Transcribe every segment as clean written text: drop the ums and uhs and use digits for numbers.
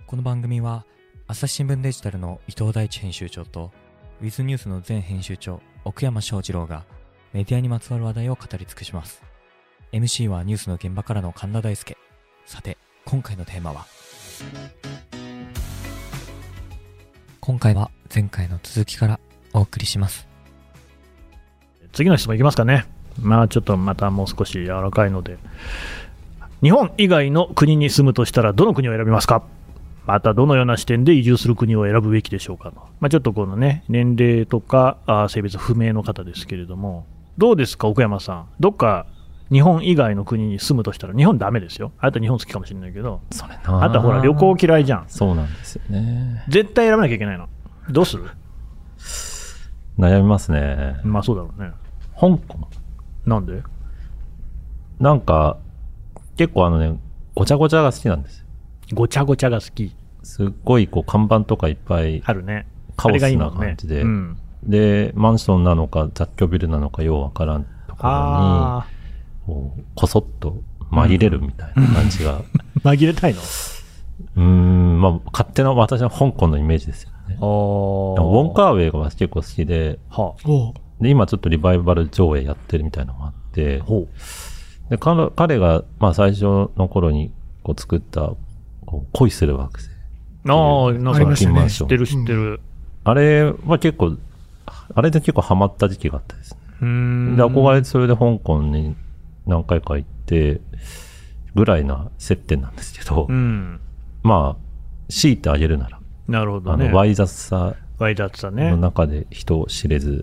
この番組は朝日新聞デジタルの伊藤大地編集長とウィズニュースの前編集長奥山翔二郎がメディアにまつわる話題を語り尽くします。 MC はニュースの現場からの神田大輔。さて今回のテーマは、今回は前回の続きからお送りします。 次の質問いきますかね。ちょっとまたもう少し柔らかいので、日本以外の国に住むとしたらどの国を選びますか。またどのような視点で移住する国を選ぶべきでしょうかと、ちょっとこのね、年齢とか性別不明の方ですけれども、どうですか奥山さん、どっか日本以外の国に住むとしたら、日本ダメですよ、あなた日本好きかもしれないけど、 それな、 あなたほら旅行嫌いじゃん。 そうなんですよね。 絶対選ばなきゃいけないの。どうする？ 悩みますね。 そうだろうね。 香港なんで？ なんか結構ごちゃごちゃが好きなんですよ。 ごちゃごちゃが好き。 すっごい看板とかいっぱいあるね。 カオスな感じで、でマンションなのか雑居ビルなのかようわからんところにこそっと紛れるみたいな感じが、 紛れたいの？ 勝手な私の香港のイメージですよね。ウォンカーウェイが結構好きで、で今ちょっとリバイバル上映やってるみたいなのがあって、で彼が最初の頃に作った恋する惑星、 なんか知ってる知ってる。あれは結構あれで結構ハマった時期があったですね。で憧れてそれで香港に何回か行ってぐらいな接点なんですけど、強いてあげるなら、 なるほどね、 わい雑さねの中で人を知れず、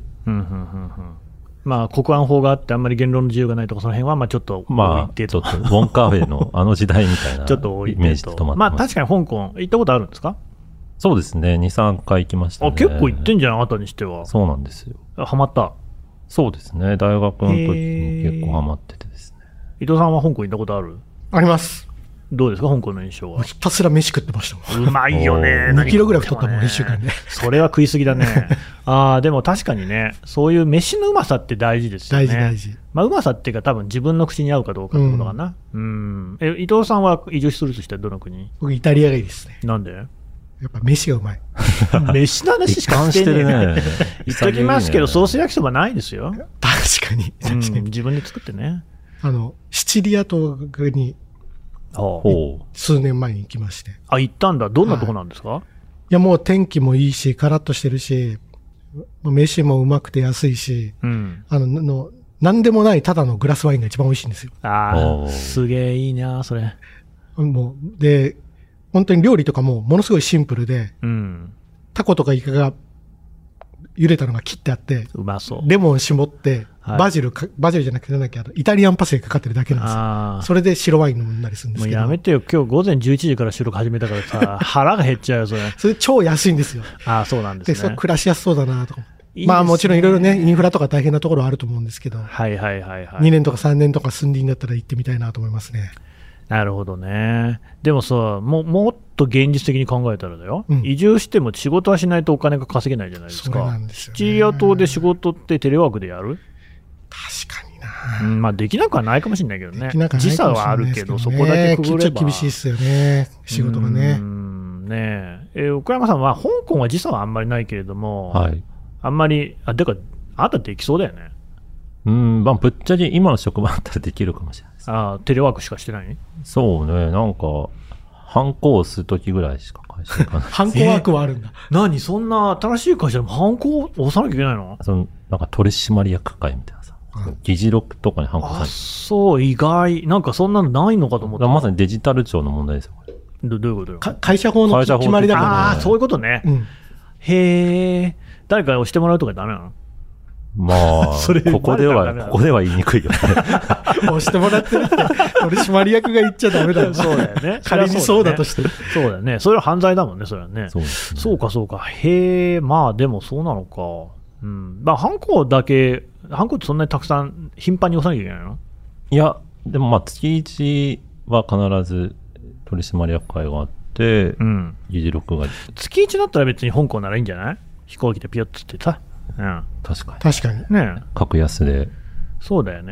国安法があってあんまり言論の自由がないとか、その辺はちょっと置いてちょっとウォンカーウェイの時代みたいなちょっと置いてイメージで止まってます。 確かに香港行ったことあるんですか？ そうですね、2、3回行きましたね。 結構行ってんじゃん、あなたにしては。 そうなんですよ。 ハマった？ そうですね、大学の時に結構ハマっててですね。 伊藤さんは香港行ったことある？ あります。 どうですか香港の印象は？ ひたすら飯食ってましたもん。 うまいよね。 2キロぐらい太ったもん、1週間で。 それは食いすぎだね。でも確かにね、そういう飯のうまさって大事ですよね。 大事。 うまさっていうか多分自分の口に合うかどうかってことかな。伊藤さんは移住するとしてどの国？ 僕イタリアがいいですね。 なんで？ やっぱ飯がうまい。 飯の話しかしてね。言っときますけど、ソース焼きそばないですよ。 確かに。 自分で作ってね。 シチリア島に数年前に行きまして。 行ったんだ。どんなとこなんですか？ いや、もう天気もいいし、カラッとしてるし、飯もうまくて安いし、なんでもないただのグラスワインが一番美味しいんですよ。 すげえいいな、それ。 で、本当に料理とかもものすごいシンプルで、タコとかイカが茹でたのが切ってあって、 うまそう。 レモン絞って、バジルじゃなくてなんだっけ、イタリアンパセリかかってるだけなんですよ。それで白ワイン飲んだりするんですけど。 もうやめてよ、今日午前11時から収録始めたからさ、腹が減っちゃうよ、それ。 それ超安いんですよ。 そうなんですね。 で、それ暮らしやすそうだなとか。もちろんいろいろね、インフラとか大変なところはあると思うんですけど、2年とか3年とか住んでいいんだったら行ってみたいなと思いますね。 なるほどね。でもさ、もっと現実的に考えたらだよ、移住しても仕事はしないとお金が稼げないじゃないですか。 そうなんですよね。 シチリア島で仕事ってテレワークでやる？ 確かにな。 できなくはないかもしれないけどね。時差はあるけど、そこだけくぐれば。 厳しいですよね、仕事がね。 奥山さんは香港は時差はあんまりないけれども、あんまり、あなたできそうだよね。 ぶっちゃけ今の職場だったらできるかもしれないです。 テレワークしかしてない？ そうね、なんかハンコを押すときぐらいしか会社行かない。 ハンコワークはあるんだ。 何そんな新しい会社でもハンコを押さなきゃいけないの？ なんか取締役会みたいなさ、議事録とかにハンコ押さない。 そう、意外。なんかそんなのないのかと思った。 まさにデジタル庁の問題ですよ、これ。 どういうことよ？ 会社法の決まりだからね。 そういうことね。へえ。誰か押してもらうとかダメなの？ ここでは言いにくいよね。 押してもらってるって取締役が言っちゃダメだよ。 そうだよね。 仮にそうだとして。 そうだよね。それは犯罪だもんね、それはね。そうか。へえ、でもそうなのか。ハンコってそんなにたくさん頻繁に押さなきゃいけないの？ いや、でも月1は必ず取締役会があって、議事録が。 月1だったら別に香港ならいいんじゃない？飛行機でピヨッつってさ。 確かにね、 格安で。 そうだよね。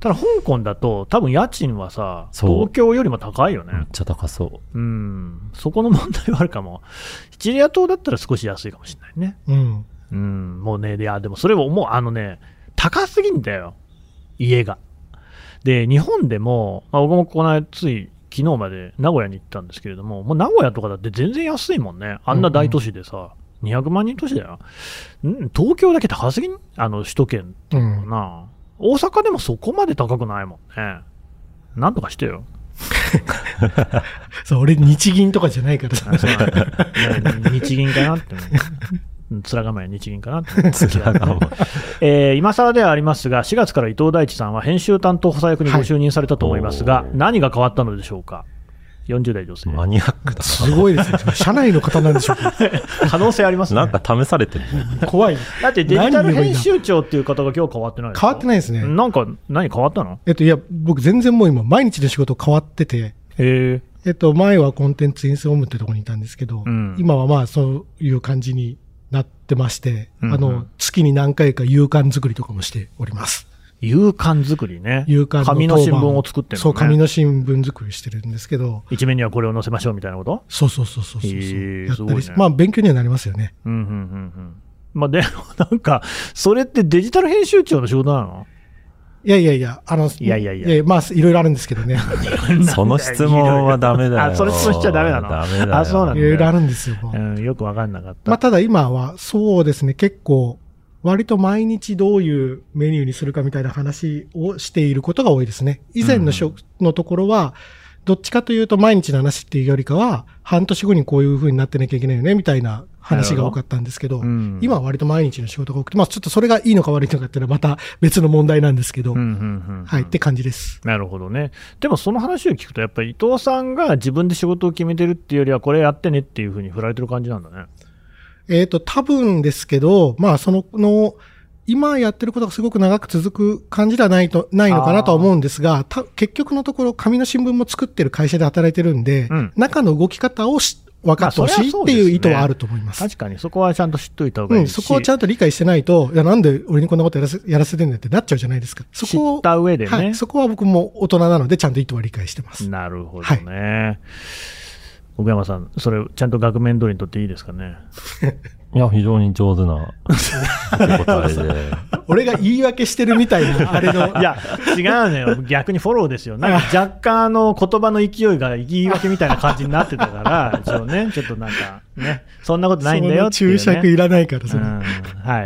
ただ香港だと多分家賃はさ東京よりも高いよね。 めっちゃ高そう。 そこの問題はあるかも。シチリア島だったら少し安いかもしれないね。もうね、いやでもそれをもう高すぎんだよ家が。で日本でも、僕もこの間つい昨日まで名古屋に行ったんですけれども、もう名古屋とかだって全然安いもんね。あんな大都市でさ、200万人都市だよ。東京だけ高すぎん？首都圏っていうのかな。大阪でもそこまで高くないもんね。なんとかしてよ。 そう、俺日銀とかじゃないからさ。 日銀かなって面構え日銀かなって今更ではありますが、4月から伊藤大地さんは編集担当補佐役にご就任されたと思いますが、何が変わったのでしょうか。40代女性。 マニアックだ。 すごいですね。社内の方なんでしょうか。 可能性ありますね。 なんか試されてる。 怖い。 だってデジタル編集長っていう方が今日変わってないですか？ 変わってないですね。 なんか何変わったの？ いや、僕全然もう今毎日の仕事変わってて。前はコンテンツインスホームってところにいたんですけど、今はまあそういう感じになってまして、月に何回か夕刊作りとかもしております。 夕刊作りね。 夕刊の紙の新聞を作ってるのね。 そう、紙の新聞作りしてるんですけど。 一面にはこれを載せましょうみたいなこと？ そう。やったりして、まあ勉強にはなりますよね。 まあでもなんか、それってデジタル編集長の仕事なの？ いや、まあいろいろあるんですけどね。 その質問はダメだよ。 その質問しちゃダメなの？ ダメだよ。 そうなんだ。 いろいろあるんですよ。 よくわかんなかった。 まあただ今はそうですね、結構、割と毎日どういうメニューにするかみたいな話をしていることが多いですね。以前のところは、どっちかというと毎日の話っていうよりかは、半年後にこういう風になってなきゃいけないよね、みたいな話が多かったんですけど、今は割と毎日の仕事が多くて、まあちょっとそれがいいのか悪いのかっていうのはまた別の問題なんですけど、はい、って感じです。 なるほどね。でもその話を聞くと、やっぱり伊藤さんが自分で仕事を決めてるっていうよりは、これやってねっていう風に振られてる感じなんだね。 多分ですけど、まあ、今やってることがすごく長く続く感じではないのかなとは思うんですが、結局のところ、紙の新聞も作ってる会社で働いてるんで、中の動き方を分かってほしいっていう意図はあると思います。 確かに、そこはちゃんと知っといた方がいいし、 そこをちゃんと理解してないと、いや、なんで俺にこんなことやらせてんねんってなっちゃうじゃないですか。そこを知った上でね、 はい。そこは僕も大人なので、ちゃんと意図は理解してます。 なるほどね。奥山さん、それちゃんと額面通りにとっていいですかね。 いや、非常に上手な答えで。 俺が言い訳してるみたいな、あれの。 いや、違うのよ。逆にフォローですよ。なんか若干言葉の勢いが言い訳みたいな感じになってたから、一応ね、ちょっとなんかね、そんなことないんだよっていう、ね。 注釈いらないから、それ。 はい。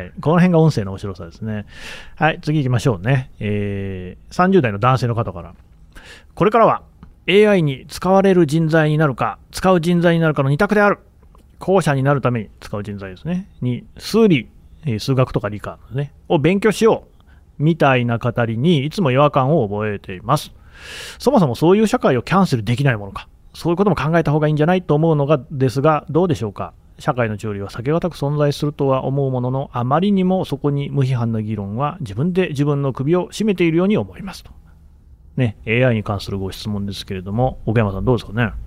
この辺が音声の面白さですね。はい、次行きましょうね。30代の男性の方から。これからは AI に使われる人材になるか、使う人材になるかの二択である。後者になるために使う人材ですね。に、数理、数学とか理科、ね、を勉強しよう。みたいな語りにいつも違和感を覚えています。そもそもそういう社会をキャンセルできないものか。そういうことも考えた方がいいんじゃないと思うのがですが、どうでしょうか。社会の潮流は避けがたく存在するとは思うものの、あまりにもそこに無批判な議論は自分で自分の首を絞めているように思いますと。ね、AI に関するご質問ですけれども、岡山さんどうですかね。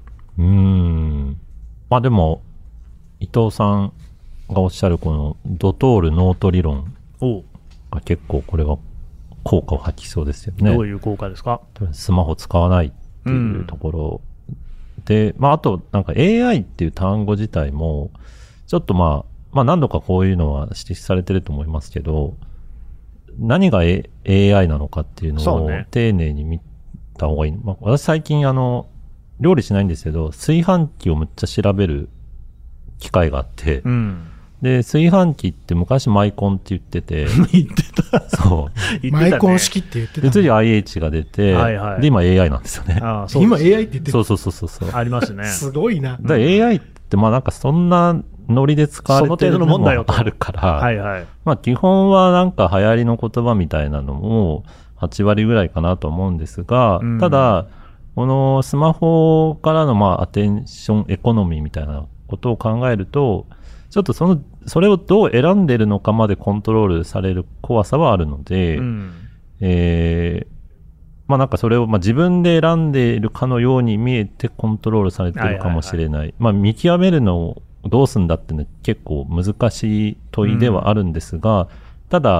まあでも、伊藤さんがおっしゃるこのドトールノート理論が結構これは効果を発揮そうですよね。 どういう効果ですか？ スマホ使わないっていうところ、で、まああとなんか AI っていう単語自体もちょっとまあ何度かこういうのは指摘されてると思いますけど、何が AI なのかっていうのを丁寧に見た方がいい。まあ私最近料理しないんですけど、炊飯器をむっちゃ調べる機会があって、で、炊飯器って昔マイコンって言ってて、 言ってた。 そう。 マイコン式って言ってた。 で、次 IH が出て、で、今 AI なんですよね。 今 AI って言ってる。 そう。 ありますね。 すごいな。 だ AI ってまあなんかそんなノリで使われてるのもあるから、まあ基本はなんか流行りの言葉みたいなのも8割ぐらいかなと思うんですが、ただ、このスマホからのまあアテンションエコノミーみたいなことを考えると、ちょっとそれをどう選んでるのかまでコントロールされる怖さはあるので、まあなんかそれをまあ自分で選んでいるかのように見えてコントロールされてるかもしれない。まあ見極めるのをどうすんだっていうのは結構難しい問いではあるんですが、ただ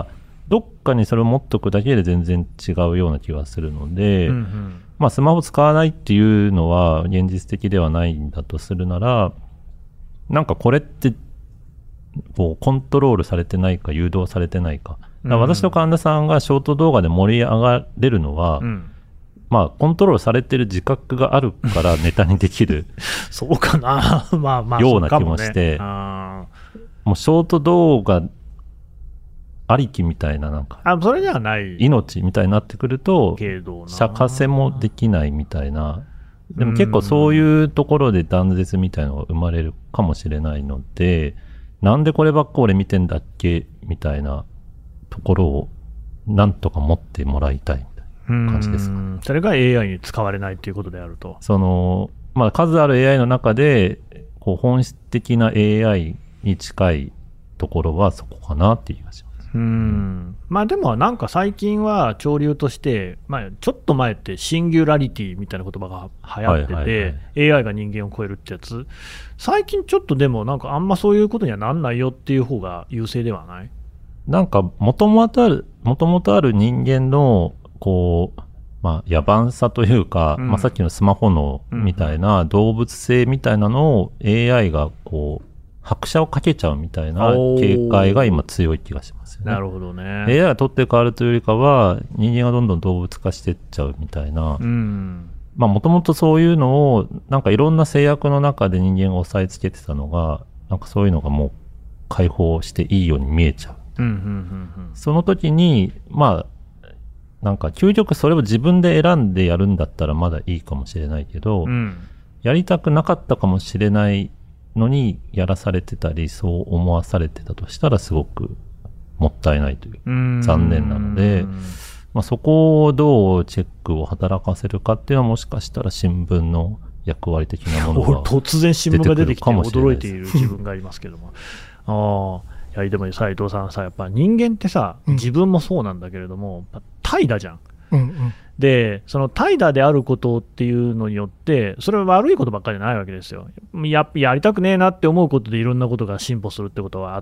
どっかにそれを持っとくだけで全然違うような気がするので、まあスマホ使わないっていうのは現実的ではないんだとするなら、なんかこれってこうコントロールされてないか誘導されてないか。だから私と神田さんがショート動画で盛り上がれるのは、まあコントロールされてる自覚があるからネタにできるそうかなまあまあような気もして、もうショート動画ありきみたいな、なんかそれではない命みたいになってくると釈迦せもできないみたいな。でも結構そういうところで断絶みたいなのが生まれるかもしれないので、なんでこればっか俺見てんだっけみたいなところをなんとか持ってもらいたいみたいな感じですか。 それが AI に使われないということであると。 まあ数ある AI の中でこう本質的な AI に近いところはそこかなっていう気がします。 まあでもなんか最近は潮流として、まあ、ちょっと前ってシンギュラリティみたいな言葉が流行ってて、AI が人間を超えるってやつ、最近ちょっとでもなんかあんまそういうことにはなんないよっていう方が優勢ではない？ なんかもともとある人間のこう、まあ野蛮さというか、まあさっきのスマホのみたいな動物性みたいなのを AI がこう拍車をかけちゃうみたいな警戒が今強い気がしますよね。 なるほどね。 AI が取って変わるというよりかは人間がどんどん動物化していっちゃうみたいな。まあもともとそういうのをなんかいろんな制約の中で人間が抑えつけてたのが、なんかそういうのがもう解放していいように見えちゃう。その時にまあなんか究極それを自分で選んでやるんだったらまだいいかもしれないけど、やりたくなかったかもしれないのにやらされてたりそう思わされてたとしたらすごくもったいないという残念なので、まあ、そこをどうチェックを働かせるかっていうのはもしかしたら新聞の役割的なものが突然新聞が出てきて驚いている自分がいますけどもいやでも斉藤さんさ、やっぱ人間ってさ、自分もそうなんだけれども怠惰じゃん。でその怠惰であることっていうのによってそれは悪いことばっかりじゃないわけですよ。やりたくねえなって思うことでいろんなことが進歩するってことはあって、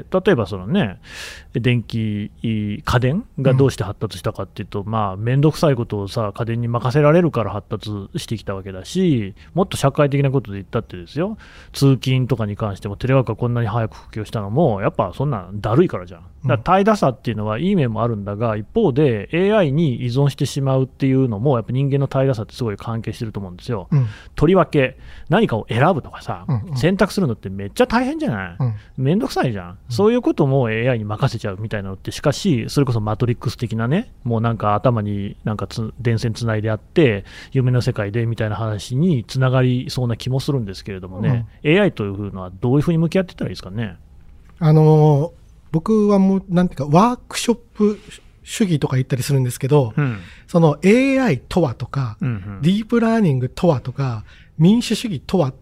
例えばそのね電気家電がどうして発達したかっていうと、まあ面倒くさいことをさ家電に任せられるから発達してきたわけだし、もっと社会的なことで言ったってですよ、通勤とかに関してもテレワークがこんなに早く普及したのもやっぱそんなだるいからじゃん。だから怠惰さっていうのはいい面もあるんだが、一方で AI に依存してしまうっていうのもやっぱ人間の怠惰さってすごい関係してると思うんですよ。とりわけ何かを選ぶとかさ、選択するのってめっちゃ大変じゃない？めんどくさいじゃん。そういうことも AI に任せちゃうみたいなのって、しかしそれこそマトリックス的なね、もうなんか頭になんか電線つないであって夢の世界でみたいな話につながりそうな気もするんですけれどもね、AI というのはどういうふうに向き合っていったらいいですかね。 僕はもうなんていうかワークショップ主義とか言ったりするんですけど、その AI とはとか、ディープラーニングとはとか、民主主義とはって、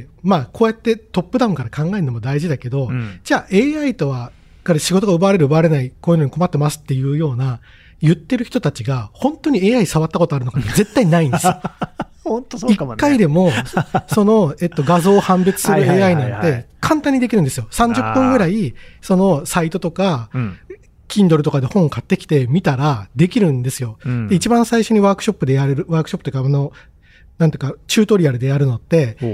まあこうやってトップダウンから考えるのも大事だけど、じゃあ AI とはから仕事が奪われる奪われない、こういうのに困ってますっていうような言ってる人たちが本当に AI 触ったことあるのかって絶対ないんですよ。 本当そうかもね。 一回でも、その、画像を判別する AI なんて簡単にできるんですよ。30分ぐらい、そのサイトとか、Kindle とかで本を買ってきて見たらできるんですよ。で一番最初にワークショップでやれる、ワークショップというか、なんていうか、チュートリアルでやるのって、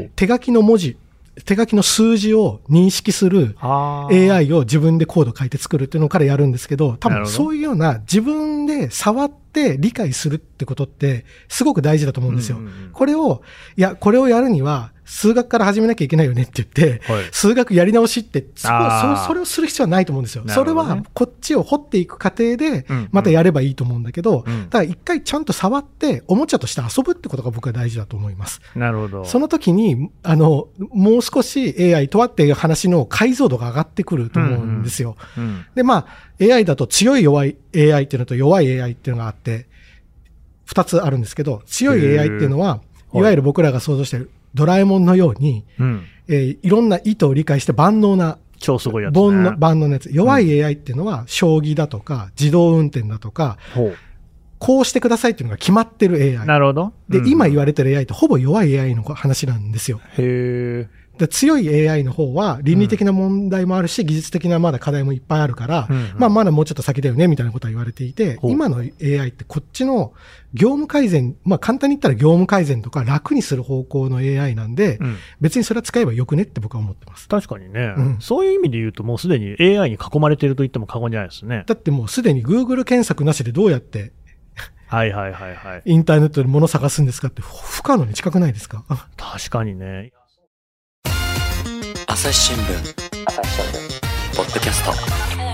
手書きの文字、手書きの数字を認識する AI を自分でコード書いて作るっていうのからやるんですけど、多分そういうような自分で触って理解するってことってすごく大事だと思うんですよ。これをやるには数学から始めなきゃいけないよねって言って、数学やり直しってそれをする必要はないと思うんですよ。それはこっちを掘っていく過程でまたやればいいと思うんだけど、ただ一回ちゃんと触っておもちゃとして遊ぶってことが僕は大事だと思います。 なるほど。 その時にもう少し AI とはっていう話の解像度が上がってくると思うんですよ。でまあ AI だと強い弱い AI っていうのと弱い AI っていうのがあって2つあるんですけど、強い AI っていうのはいわゆる僕らが想像しているドラえもんのように、いろんな意図を理解して万能な超すごいやつ、ね、 万能なやつ。弱い AI っていうのは将棋だとか自動運転だとか、こうしてくださいっていうのが決まってる AI。 なるほど。 で、今言われてる AI ってほぼ弱い AI の話なんですよ。 へー。 で強い AI の方は倫理的な問題もあるし、技術的なまだ課題もいっぱいあるから、まだもうちょっと先だよねみたいなことは言われていて、今の AI ってこっちの業務改善、簡単に言ったら業務改善とか楽にする方向の AI なんで、別にそれは使えばよくねって僕は思ってます。 確かにね、そういう意味で言うともうすでに AI に囲まれていると言っても過言じゃないですね。 だってもうすでに Google 検索なしでどうやってインターネットで物探すんですかって不可能に近くないですか？ 確かにね。 朝日新聞ポッドキャスト。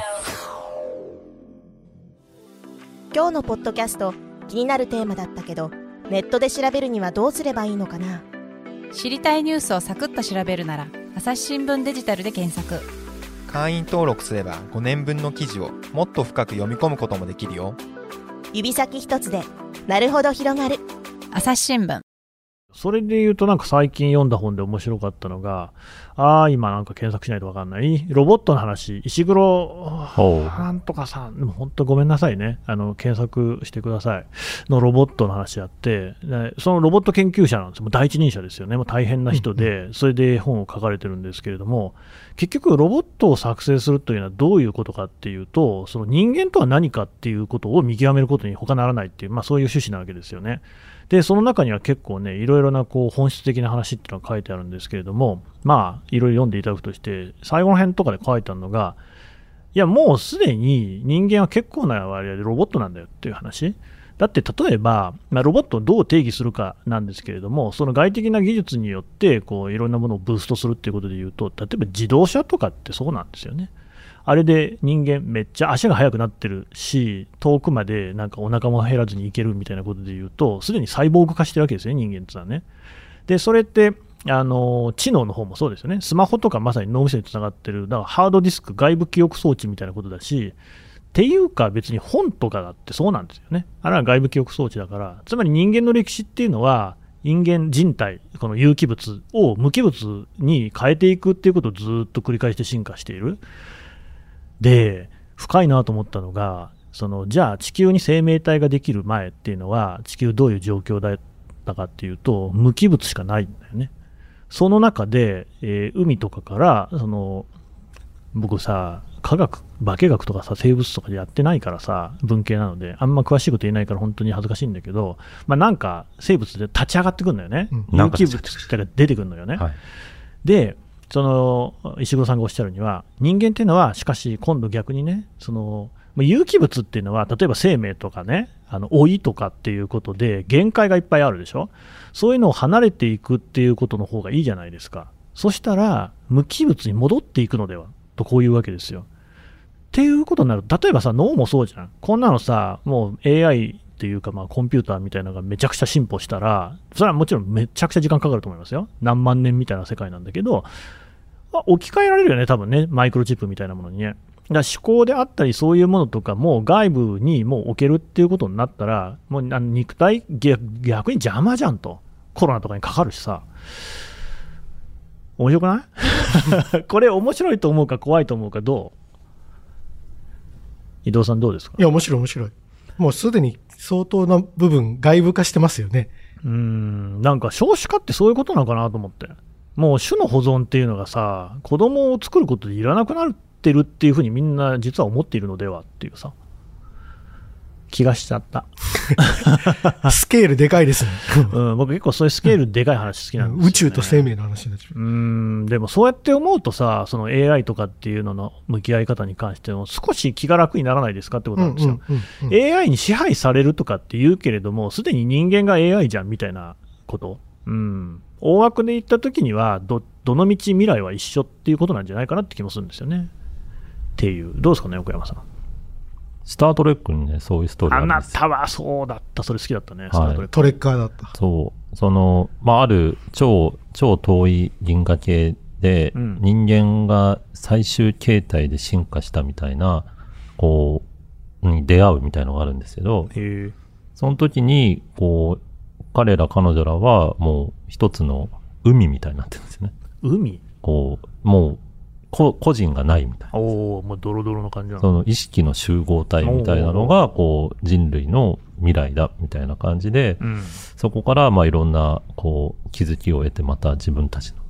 今日のポッドキャスト気になるテーマだったけど、ネットで調べるにはどうすればいいのかな。 知りたいニュースをサクッと調べるなら朝日新聞デジタルで検索。 会員登録すれば5年分の記事をもっと深く読み込むこともできるよ。 指先一つでなるほど広がる朝日新聞。 それで言うとなんか最近読んだ本で面白かったのが、今なんか検索しないと分かんないロボットの話、石黒なんとかさん、でも本当ごめんなさいね、検索してくださいのロボットの話あって、そのロボット研究者なんですよ。もう第一人者ですよね。もう大変な人で、それで本を書かれてるんですけれども、結局ロボットを作成するというのはどういうことかっていうと、その人間とは何かっていうことを見極めることに他ならないっていう、そういう趣旨なわけですよね。でその中には結構ね、いろいろな本質的な話っていうのが書いてあるんですけれども、いろいろ読んでいただくとして、最後の辺とかで書いてあるのが、いやもうすでに人間は結構な割合でロボットなんだよっていう話。だって例えば、ロボットをどう定義するかなんですけれども、その外的な技術によっていろんなものをブーストするっていうことでいうと、例えば自動車とかってそうなんですよね。あれで人間めっちゃ足が速くなってるし、遠くまでなんかお腹も減らずに行けるみたいなことでいうと、すでにサイボーグ化してるわけですよね、人間ってのはね。でそれって知能の方もそうですよね。スマホとかまさに脳みそにつながってる、だからハードディスク、外部記憶装置みたいなことだし、っていうか別に本とかだってそうなんですよね。あれは外部記憶装置だから、つまり人間の歴史っていうのは人体、この有機物を無機物に変えていくっていうことをずっと繰り返して進化している。で深いなと思ったのが、じゃあ地球に生命体ができる前っていうのは地球どういう状況だったかっていうと、無機物しかないんだよね。その中で、海とかから僕さ、化学とかさ、生物とかでやってないからさ、文系なのであんま詳しいこと言えないから本当に恥ずかしいんだけど、なんか生物で立ち上がってくるんだよね、有機物が出てくるのよね、で石黒さんがおっしゃるには、人間っていうのはしかし今度逆にね、有機物っていうのは例えば生命とかね、老いとかっていうことで限界がいっぱいあるでしょ。そういうのを離れていくっていうことの方がいいじゃないですか。そしたら無機物に戻っていくのではと、こういうわけですよ。っていうことになると、例えばさ、脳もそうじゃん。こんなのさ、もう AI っていうかコンピューターみたいなのがめちゃくちゃ進歩したら、それはもちろんめちゃくちゃ時間かかると思いますよ。何万年みたいな世界なんだけど、置き換えられるよね、多分ね、マイクロチップみたいなものにね。だから思考であったりそういうものとかも外部にもう置けるっていうことになったら、もう肉体逆に邪魔じゃんと。コロナとかにかかるしさ。面白くないこれ面白いと思うか怖いと思うか、どう？伊藤さんどうですか？ いや面白い。もうすでに相当な部分外部化してますよね。 なんか少子化ってそういうことなのかなと思って。もう種の保存っていうのがさ、子供を作ることでいらなくなってるっていうふうにみんな実は思っているのではっていうさ、気がしちゃったスケールでかいですね僕結構そういうスケールでかい話好きなんですよね。 宇宙と生命の話になっちゃう。でもそうやって思うとさ、その AI とかっていうのの向き合い方に関しても少し気が楽にならないですかってことなんですよ。AI に支配されるとかって言うけれども、すでに人間が AI じゃんみたいなこと。大枠で言った時にはどの道未来は一緒っていうことなんじゃないかなって気もするんですよね。っていう、どうですかね、横山さん。 スタートレックにね、そういうストーリーあるんですよ。 あなたはそうだった、それ好きだったね、スタートレック。トレッカーだった。 そう、ある超遠い銀河系で、人間が最終形態で進化したみたいな、に出会うみたいなのがあるんですけど、その時に、彼女らはもう一つの海みたいになってるんですよね。 海？ もう個人がないみたいな。 もうドロドロの感じなの。 その意識の集合体みたいなのが人類の未来だみたいな感じで、そこからいろんな気づきを得て、また自分たちの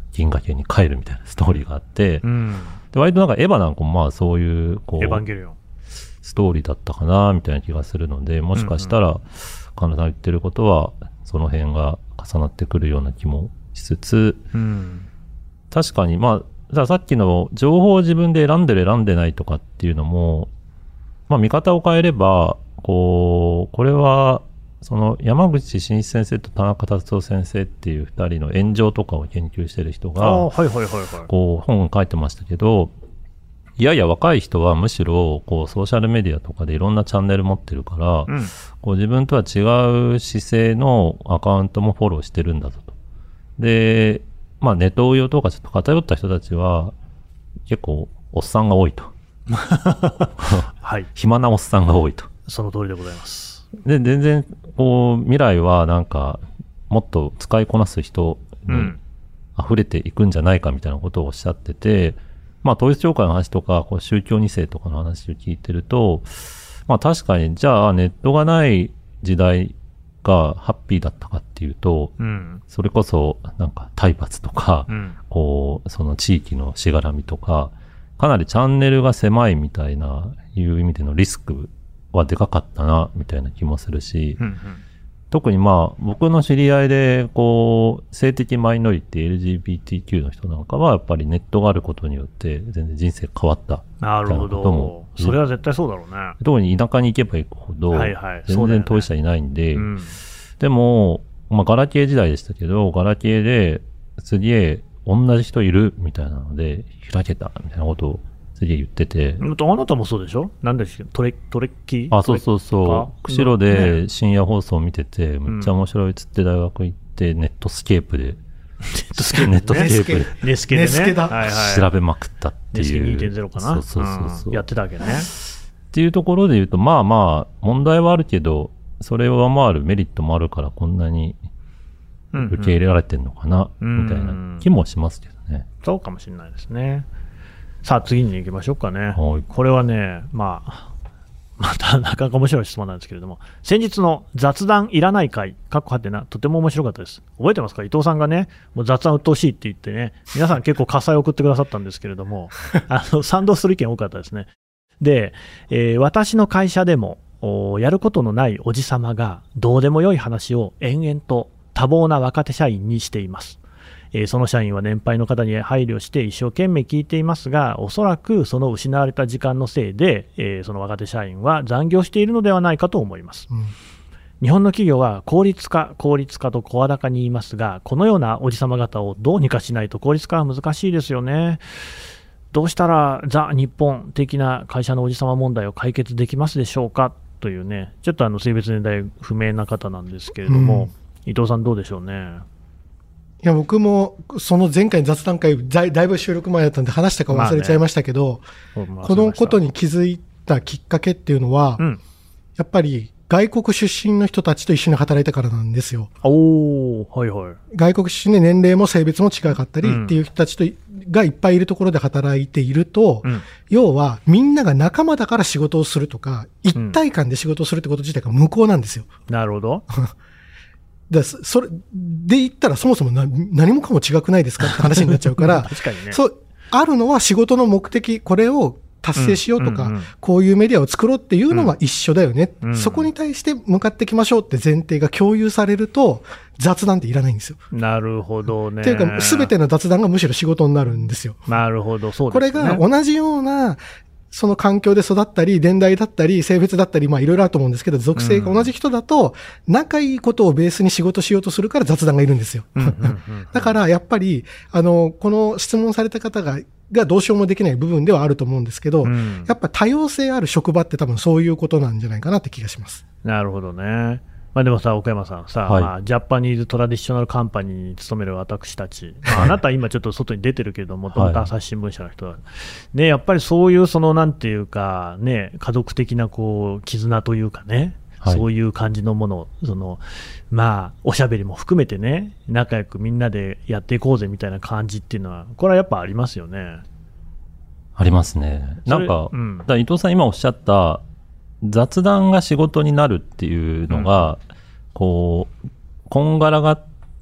銀河系に帰るみたいなストーリーがあって、で割となんかエヴァなんかもまあそういうこうエヴァンゲリオンストーリーだったかなみたいな気がするので、もしかしたら神田さん言ってることはその辺が重なってくるような気もしつつ、確かにまあさっきの情報を自分で選んでる選んでないとかっていうのも、まあ見方を変えればこれはその山口真一先生と田中達夫先生っていう2人の炎上とかを研究してる人がこう本を書いてましたけど、いやいや若い人はむしろこうソーシャルメディアとかでいろんなチャンネル持ってるから、こう自分とは違う姿勢のアカウントもフォローしてるんだぞと。で、まあネトウヨとかちょっと偏った人たちは結構おっさんが多いと。 はい。 暇なおっさんが多いと。 その通りでございます。 で、全然、こう、未来はなんか、もっと使いこなす人に溢れていくんじゃないかみたいなことをおっしゃってて、まあ、統一教会の話とか、こう宗教2世とかの話を聞いてると、まあ確かに、じゃあネットがない時代がハッピーだったかっていうと、それこそ、なんか体罰とか、こう、その地域のしがらみとか、かなりチャンネルが狭いみたいな、いう意味でのリスクはでかかったなみたいな気もするし、特にまあ僕の知り合いでこう性的マイノリティ LGBTQ の人なんかはやっぱりネットがあることによって全然人生変わったみたいなことも。 それは絶対そうだろうね。 特に田舎に行けば行くほど全然当事者いないんで、でもまあガラケー時代でしたけど、ガラケーですげえ同じ人いるみたいなので開けたみたいなことをすげえ言ってて。 あなたもそうでしょ？なんでトレッキー？ あ、そうそうそう。釧路で深夜放送を見てて、めっちゃ面白いっつって大学行って、ネットスケープで、ネットスケープで、 ネスケでね。 調べまくったっていう。 ネスケ 2.0 かな？そう。やってたわけね。 っていうところで言うと、まあまあ、問題はあるけど、それを上回るメリットもあるから、こんなに受け入れられてんのかな、みたいな気もしますけどね。 そうかもしれないですね。さあ次に行きましょうかね。これはね、またなかなか面白い質問なんですけれども、先日の雑談いらない会、とても面白かったです。覚えてますか？伊藤さんがね、もう雑談鬱陶しいって言ってね、皆さん結構喝采を送ってくださったんですけれども、賛同する意見多かったですね。で、私の会社でもやることのないおじさまがどうでもよい話を延々と多忙な若手社員にしています。その社員は年配の方に配慮して一生懸命聞いていますが、おそらくその失われた時間のせいで、その若手社員は残業しているのではないかと思います。日本の企業は効率化と声高に言いますが、このようなおじさま方をどうにかしないと効率化は難しいですよね。どうしたらザ・日本的な会社のおじさま問題を解決できますでしょうかというね、ちょっと性別年代不明な方なんですけれども、伊藤さんどうでしょうね。 いや、僕も、その前回の雑談会、だいぶ収録前だったんで話したか忘れちゃいましたけど、このことに気づいたきっかけっていうのは、やっぱり外国出身の人たちと一緒に働いたからなんですよ。外国出身で年齢も性別も違かったりっていう人たちがいっぱいいるところで働いていると、要はみんなが仲間だから仕事をするとか、一体感で仕事をするってこと自体が無効なんですよ。 なるほど。 それで言ったらそもそも何もかも違くないですかって話になっちゃうから確かにね、 そうあるのは仕事の目的、これを達成しようとか、こういうメディアを作ろうっていうのは一緒だよね、そこに対して向かっていきましょうって前提が共有されると雑談っていらないんですよ。 なるほどね。 っていうか全ての雑談がむしろ仕事になるんですよ。 なるほど、そうですね。 これが同じようなその環境で育ったり、年代だったり、性別だったり、いろいろあると思うんですけど、属性が同じ人だと、仲いいことをベースに仕事しようとするから雑談がいるんですよ。だから、やっぱり、この質問された方がどうしようもできない部分ではあると思うんですけど、やっぱ多様性ある職場って多分そういうことなんじゃないかなって気がします。 なるほどね。でもさ、岡山さんさ、ジャパニーズトラディショナルカンパニーに勤める私たち、あなたは今ちょっと外に出てるけどもともと朝日新聞社の人は、ね、やっぱりそういうなんていうか、ね、家族的な絆というかね、そういう感じのものをおしゃべりも含めてね、仲良くみんなでやっていこうぜみたいな感じっていうのは、これはやっぱありますよね。 ありますね。なんか、伊藤さん今おっしゃった雑談が仕事になるっていうのが、こんがらがっ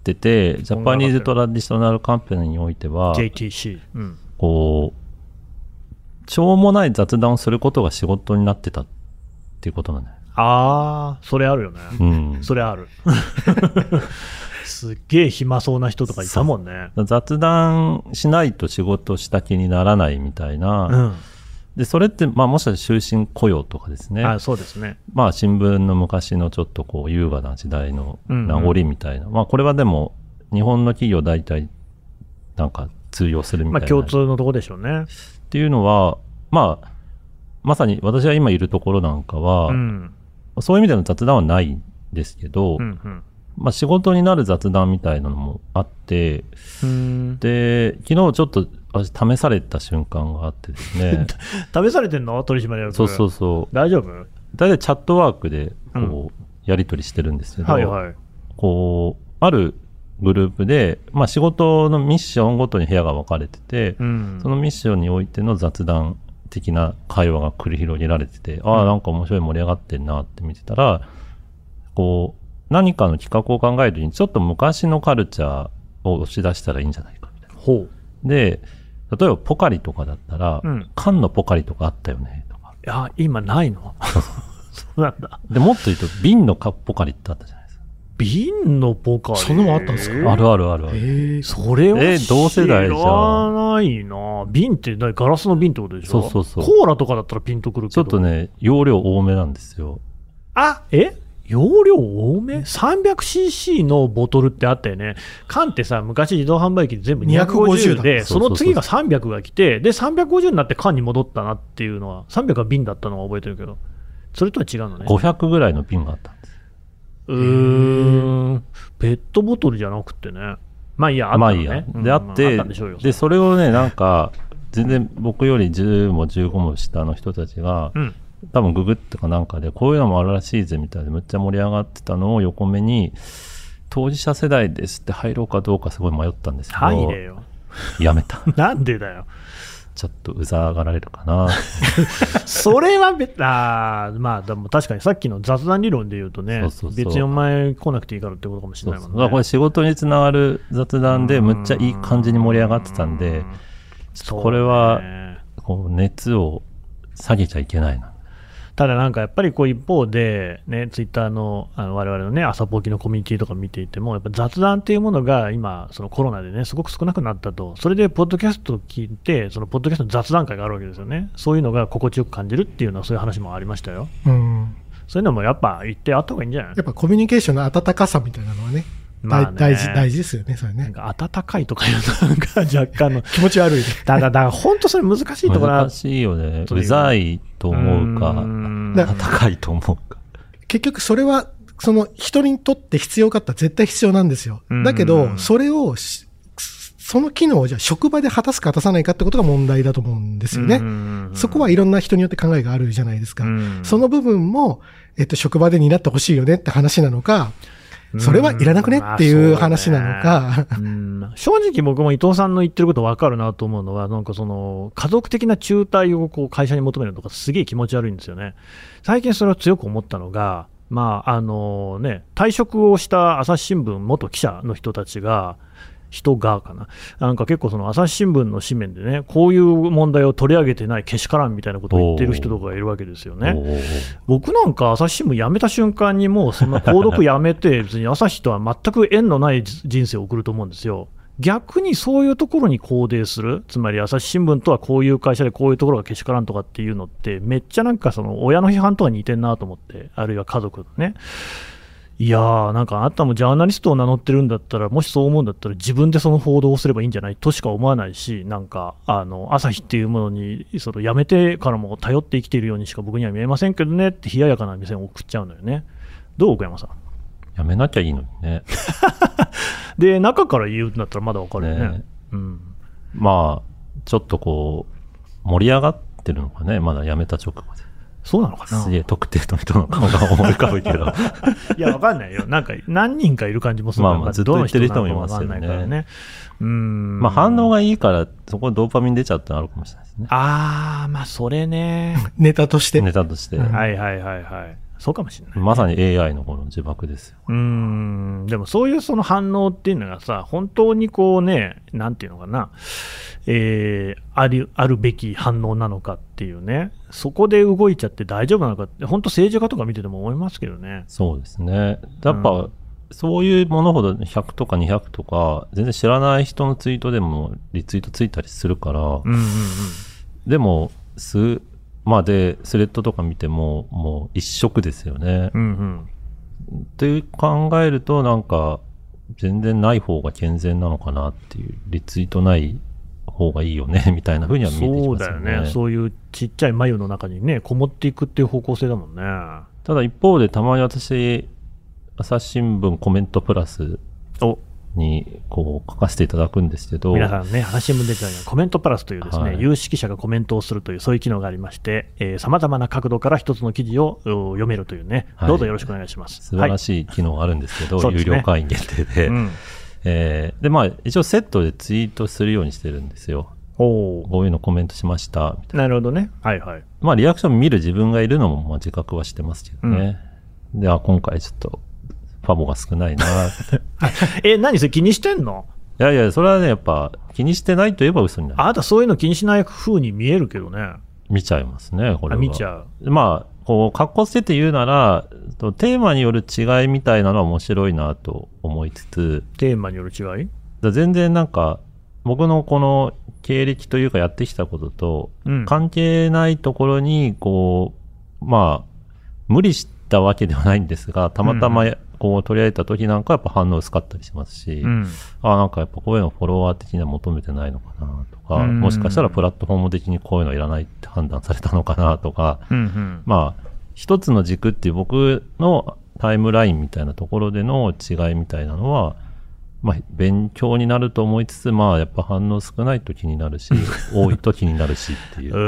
ってて、ジャパニーズトラディショナルカンパニーにおいては、 JTC、 こう、しょうもない雑談をすることが仕事になってたっていうことなんだよ。 ああ、それあるよね。 うん。 それある。すっげえ暇そうな人とかいたもんね。 雑談しないと仕事した気にならないみたいな。で、それって、まあもしかしたら終身雇用とかですね。 そうですね。 まあ新聞の昔のちょっとこう優雅な時代の名残みたいな。まあこれはでも日本の企業大体なんか通用するみたいな。 共通のとこでしょうね。 っていうのは、まあ、まさに私が今いるところなんかは、そういう意味での雑談はないんですけど、まあ仕事になる雑談みたいなのもあって、で、昨日ちょっと私試された瞬間があってですね。 試されてんの？取締役。 そう。 大丈夫？ 大体チャットワークでこう、やり取りしてるんですけど、こう、あるグループで、まあ仕事のミッションごとに部屋が分かれてて、そのミッションにおいての雑談的な会話が繰り広げられてて、なんか面白い盛り上がってんなって見てたら、こう、何かの企画を考えるときにちょっと昔のカルチャーを押し出したらいいんじゃないかみたいな。で、例えばポカリとかだったら、缶のポカリとかあったよねとか。 いや、今ないの？そうなんだ。 で、もっと言うと瓶のポカリってあったじゃないですか。 瓶のポカリ？ そんなのもあったんですか？ あるある。 それは同世代じゃん。 知らないな。瓶ってガラスの瓶ってことでしょ？ そう。 コーラとかだったらピンとくるけど。 ちょっとね、容量多めなんですよ。 容量多め？ 300cc のボトルってあったよね。缶ってさ、昔自動販売機で全部250で、その次が300が来て、で、350になって缶に戻ったなっていうのは、300が瓶だったのは覚えてるけど、それとは違うのね。 500ぐらいの瓶があったんです。 ペットボトルじゃなくてね。まあいいや、あったのね。 で、あって、で、それをね、なんか、全然僕より10も15も下の人たちが、多分ググってかなんかでこういうのもあるらしいぜみたいでむっちゃ盛り上がってたのを横目に当事者世代ですって入ろうかどうかすごい迷ったんですけど、 入れよ。 やめた。 なんでだよ。 ちょっとうざがられるかな。 それはまあでも確かにさっきの雑談理論で言うとね、別にお前来なくていいからってことかもしれないもんね。 これ仕事につながる雑談でむっちゃいい感じに盛り上がってたんで、ちょっとこれはこう熱を下げちゃいけないな。 ただなんかやっぱりこう一方で、ね、ツイッターの我々のね、朝ポキのコミュニティとか見ていても、やっぱ雑談っていうものが今、そのコロナでね、すごく少なくなったと、それでポッドキャストを聞いて、そのポッドキャストの雑談会があるわけですよね、そういうのが心地よく感じるっていうのは、そういう話もありましたよ。そういうのもやっぱ言ってあった方がいいんじゃない？ やっぱコミュニケーションの温かさみたいなのはね。大事ですよね、それね。 なんか温かいとかいうのなんか若干の気持ち悪い。 だから本当それ難しいところ難しいよね。うざいと思うか、温かいと思うか。 結局それはその人にとって必要かって絶対必要なんですよ。だけどそれをその機能をじゃあ職場で果たすか果たさないかってことが問題だと思うんですよね。そこはいろんな人によって考えがあるじゃないですか。その部分も職場で担ってほしいよねって話なのか。それはいらなくねっていう話なのか、 正直僕も伊藤さんの言ってること分かるなと思うのは、なんかその家族的な中退をこう会社に求めるのとかすげえ気持ち悪いんですよね。最近それを強く思ったのが、退職をした朝日新聞元記者の人たちがなんか結構その朝日新聞の紙面でね、こういう問題を取り上げてないけしからんみたいなことを言ってる人とかがいるわけですよね。僕なんか朝日新聞辞めた瞬間にもうそんな購読やめて別に朝日とは全く縁のない人生を送ると思うんですよ。逆にそういうところに肯定する、つまり朝日新聞とはこういう会社でこういうところがけしからんとかっていうのってめっちゃなんかその親の批判とは似てんなと思って、あるいは家族のね。いやー、なんかあなたもジャーナリストを名乗ってるんだったら、もしそう思うんだったら自分でその報道をすればいいんじゃないとしか思わないし、なんか朝日っていうものにその辞めてからも頼って生きているようにしか僕には見えませんけどねって冷ややかな目線を送っちゃうのよね。どう奥山さん。 やめなきゃいいのにね。 で中から言うんだったらまだわかるよね。 まあちょっとこう盛り上がってるのかね、まだ辞めた直後で。 そうなのかな。 すげえ特定の人の顔が思い浮かぶけどいやわかんないよ。なんか何人かいる感じもする。 まあずっと言ってる人もいますよね。まあ反応がいいからそこでドーパミン出ちゃうってのあるかもしれないですね。 まあそれね。 ネタとして。 はい。 そうかもしれない、ね。 まさに AI のこの呪縛ですよ。 でもそういうその反応っていうのがさ、本当にこうね、なんていうのかな、あるべき反応なのかっていうね、そこで動いちゃって大丈夫なのかって、本当政治家とか見てても思いますけどね。 そうですね。やっぱ、そういうものほど100とか200とか、全然知らない人のツイートでもリツイートついたりするから、でも、まあで、スレッドとか見ても、もう一色ですよね。って考えると、なんか、全然ない方が健全なのかなっていう、リツイートない方がいいよね、みたいな風には見えてきますよね。 そうだよね。そういうちっちゃい眉の中にね、こもっていくっていう方向性だもんね。 ただ一方で、たまに私、朝日新聞コメントプラスにこう書かせていただくんですけど、 皆さんね、朝日新聞デジタルにはコメントプラスというですね、有識者がコメントをするというそういう機能がありまして、さまざまな角度から一つの記事を読めるというね、どうぞよろしくお願いします。 素晴らしい機能があるんですけど、有料会員限定で、でまあ一応セットでツイートするようにしてるんですよ。こういうのコメントしましたみたいな。 なるほどね。はいはい。 まあリアクション見る自分がいるのもまあ自覚はしてますけどね。で、今回ちょっとファボが少ないな何それ気にしてんの？ いやいや、それはね、やっぱ気にしてないと言えば嘘になる。 あなたそういうの気にしない風に見えるけどね。 見ちゃいますね、これは。 見ちゃう。 まあ、こう、格好つけて言うなら、テーマによる違いみたいなのは面白いなと思いつつ。 テーマによる違い？ 全然なんか、僕のこの経歴というかやってきたことと、関係ないところに、こう、まあ、無理したわけではないんですが、たまたまこう取り上げた時なんかやっぱ反応薄かったりしますし、なんかやっぱこういうのフォロワー的には求めてないのかなとか、もしかしたらプラットフォーム的にこういうのいらないって判断されたのかなとか、まあ、一つの軸っていう僕のタイムラインみたいなところでの違いみたいなのは、まあ、勉強になると思いつつ、まあ、やっぱ反応少ないと気になるし、多いと気になるしっていう。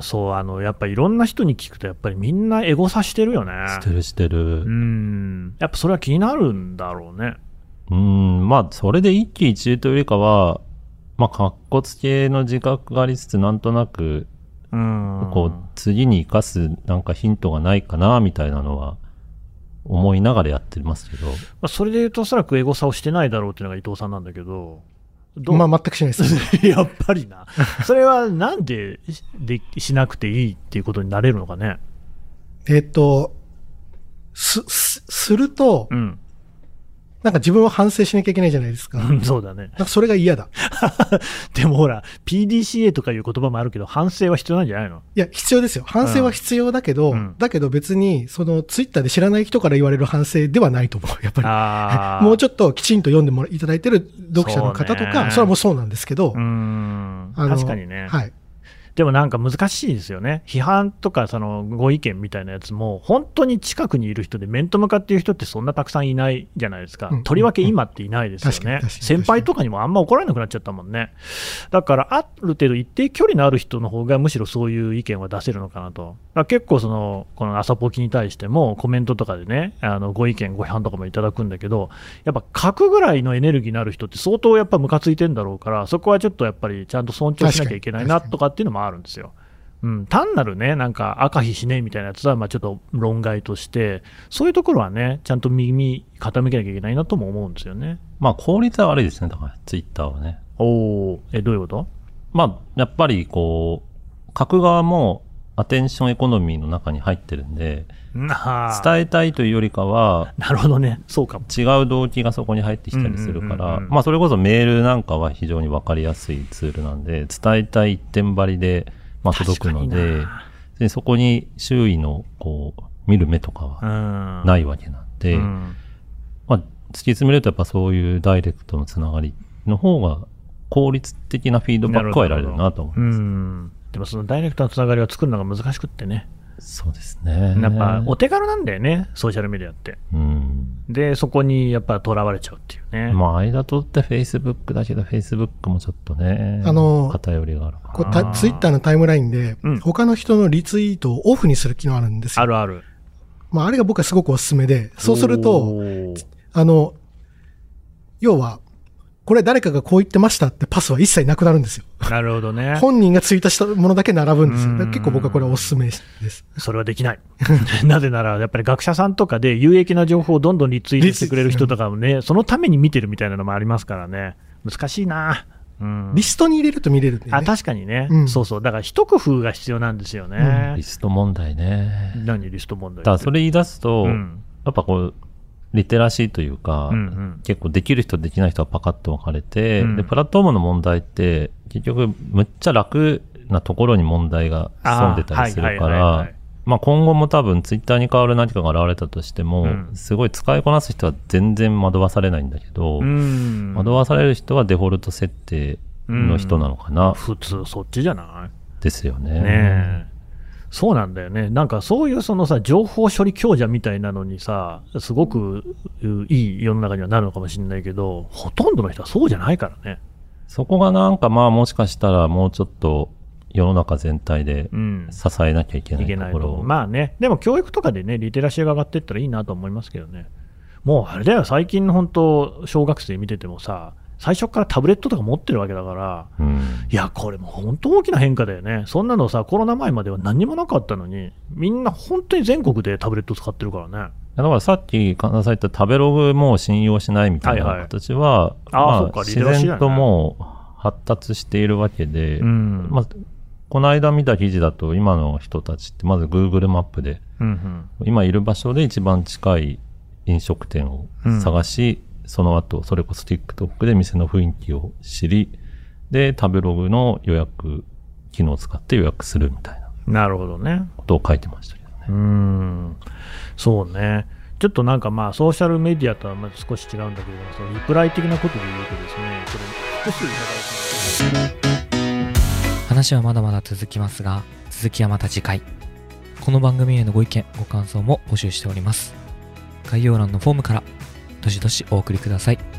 そう、やっぱいろんな人に聞くと、やっぱりみんなエゴサしてるよね。 してる。 やっぱそれは気になるんだろうね。 まあ、それで一喜一憂というよりかは、まあ、かっこつけの自覚がありつつ、なんとなく、こう、次に生かすなんかヒントがないかな、みたいなのは、思いながらやってますけど。 それで言うとおそらくエゴサをしてないだろうっていうのが伊藤さんなんだけど。 まあ全くしないです。 やっぱりな。それはなんでしなくていいっていうことになれるのかね。 すると、なんか自分は反省しなきゃいけないじゃないですか。 そうだね。 なんかそれが嫌だ。 でもほら、PDCA とかいう言葉もあるけど、反省は必要なんじゃないの？ いや、必要ですよ。反省は必要だけど、だけど別に、そのツイッターで知らない人から言われる反省ではないと思う。やっぱり。もうちょっときちんと読んでもいただいてる読者の方とか、それはもうそうなんですけど。 確かにね。 はい。 でもなんか難しいですよね。批判とかそのご意見みたいなやつも、本当に近くにいる人で面と向かっている人ってそんなたくさんいないじゃないですか。とりわけ今っていないですよね。先輩とかにもあんま怒られなくなっちゃったもんね。だからある程度一定距離のある人の方がむしろそういう意見は出せるのかなと。結構この朝ポキに対してもコメントとかでね、ご意見ご批判とかもいただくんだけど、やっぱ書くぐらいのエネルギーのある人って相当やっぱムカついてんだろうから、そこはちょっとやっぱりちゃんと尊重しなきゃいけないなとかっていうのもあるんですよ。単なるね、なんか赤ひしねみたいなやつはまあちょっと論外として、そういうところはね、ちゃんと耳傾けなきゃいけないなとも思うんですよね。 まあ効率は悪いですね、だからツイッターはね。 どういうこと？ まあやっぱりこう書く側もアテンションエコノミーの中に入ってるんで、伝えたいというよりかは、 なるほどね、そうかも。 違う動機がそこに入ってきたりするから、まあそれこそメールなんかは非常に分かりやすいツールなんで、伝えたい一点張りでまあ届くので、そこに周囲のこう見る目とかはないわけなんで、まあ突き詰めるとやっぱそういうダイレクトのつながりの方が効率的なフィードバックは得られるなと思います。 でもそのダイレクトなつながりを作るのが難しくってね。 そうですね。 やっぱお手軽なんだよね、ソーシャルメディアって。で、そこにやっぱ囚われちゃうっていうね。 まあ、間取ってフェイスブックだけど、フェイスブックもちょっとね、偏りがあるから。ツイッターのタイムラインで、他の人のリツイートをオフにする機能あるんですよ。 あるある。 まあ、あれが僕はすごくおすすめで、そうすると、要は、 これ誰かがこう言ってましたってパスは一切なくなるんですよ。 なるほどね。 本人がツイートしたものだけ並ぶんですよ。結構僕はこれお勧めです。 それはできない。なぜなら、やっぱり学者さんとかで有益な情報をどんどんリツイートしてくれる人とかもね、そのために見てるみたいなのもありますからね。難しいな。 リストに入れると見れるんでね。 確かにね、そうそう。だから一工夫が必要なんですよね。 リスト問題ね。 何リスト問題？ だからそれ言い出すと、やっぱこう、リテラシーというか、結構できる人できない人はパカッと分かれて、で、プラットフォームの問題って、結局、むっちゃ楽なところに問題が潜んでたりするから、まあ今後も多分ツイッターに代わる何かが現れたとしても、すごい使いこなす人は全然惑わされないんだけど、惑わされる人はデフォルト設定の人なのかな。 普通そっちじゃないですよね。 ねえ。そうなんだよね。なんかそういうそのさ、情報処理強者みたいなのにさ、すごくいい世の中にはなるのかもしれないけど、ほとんどの人はそうじゃないからね。 そこがなんかまあもしかしたらもうちょっと世の中全体で支えなきゃいけないところ、 まあね。でも教育とかでね、リテラシーが上がっていったらいいなと思いますけどね。もうあれだよ、最近の本当小学生見ててもさ、最初からタブレットとか持ってるわけだから、いや、これも本当大きな変化だよね。そんなのさ、コロナ前までは何もなかったのに、みんな本当に全国でタブレット使ってるからね。 だからさっき神田さん言った食べログも信用しないみたいな形は、自然ともう発達しているわけで、まあ、この間見た記事だと今の人たちってまず Google マップで、今いる場所で一番近い飲食店を探し、その後、それこそ TikTok で店の雰囲気を知り、で、食べログの予約機能を使って予約するみたいな。 なるほどね。 ことを書いてましたけどね。 そうね。ちょっとなんかまあ、ソーシャルメディアとはまた少し違うんだけど、そのリプライ的なことで言うとですね、これ、複数いただいて話はまだまだ続きますが、続きはまた次回。この番組へのご意見、ご感想も募集しております。概要欄のフォームから、どしどしお送りください。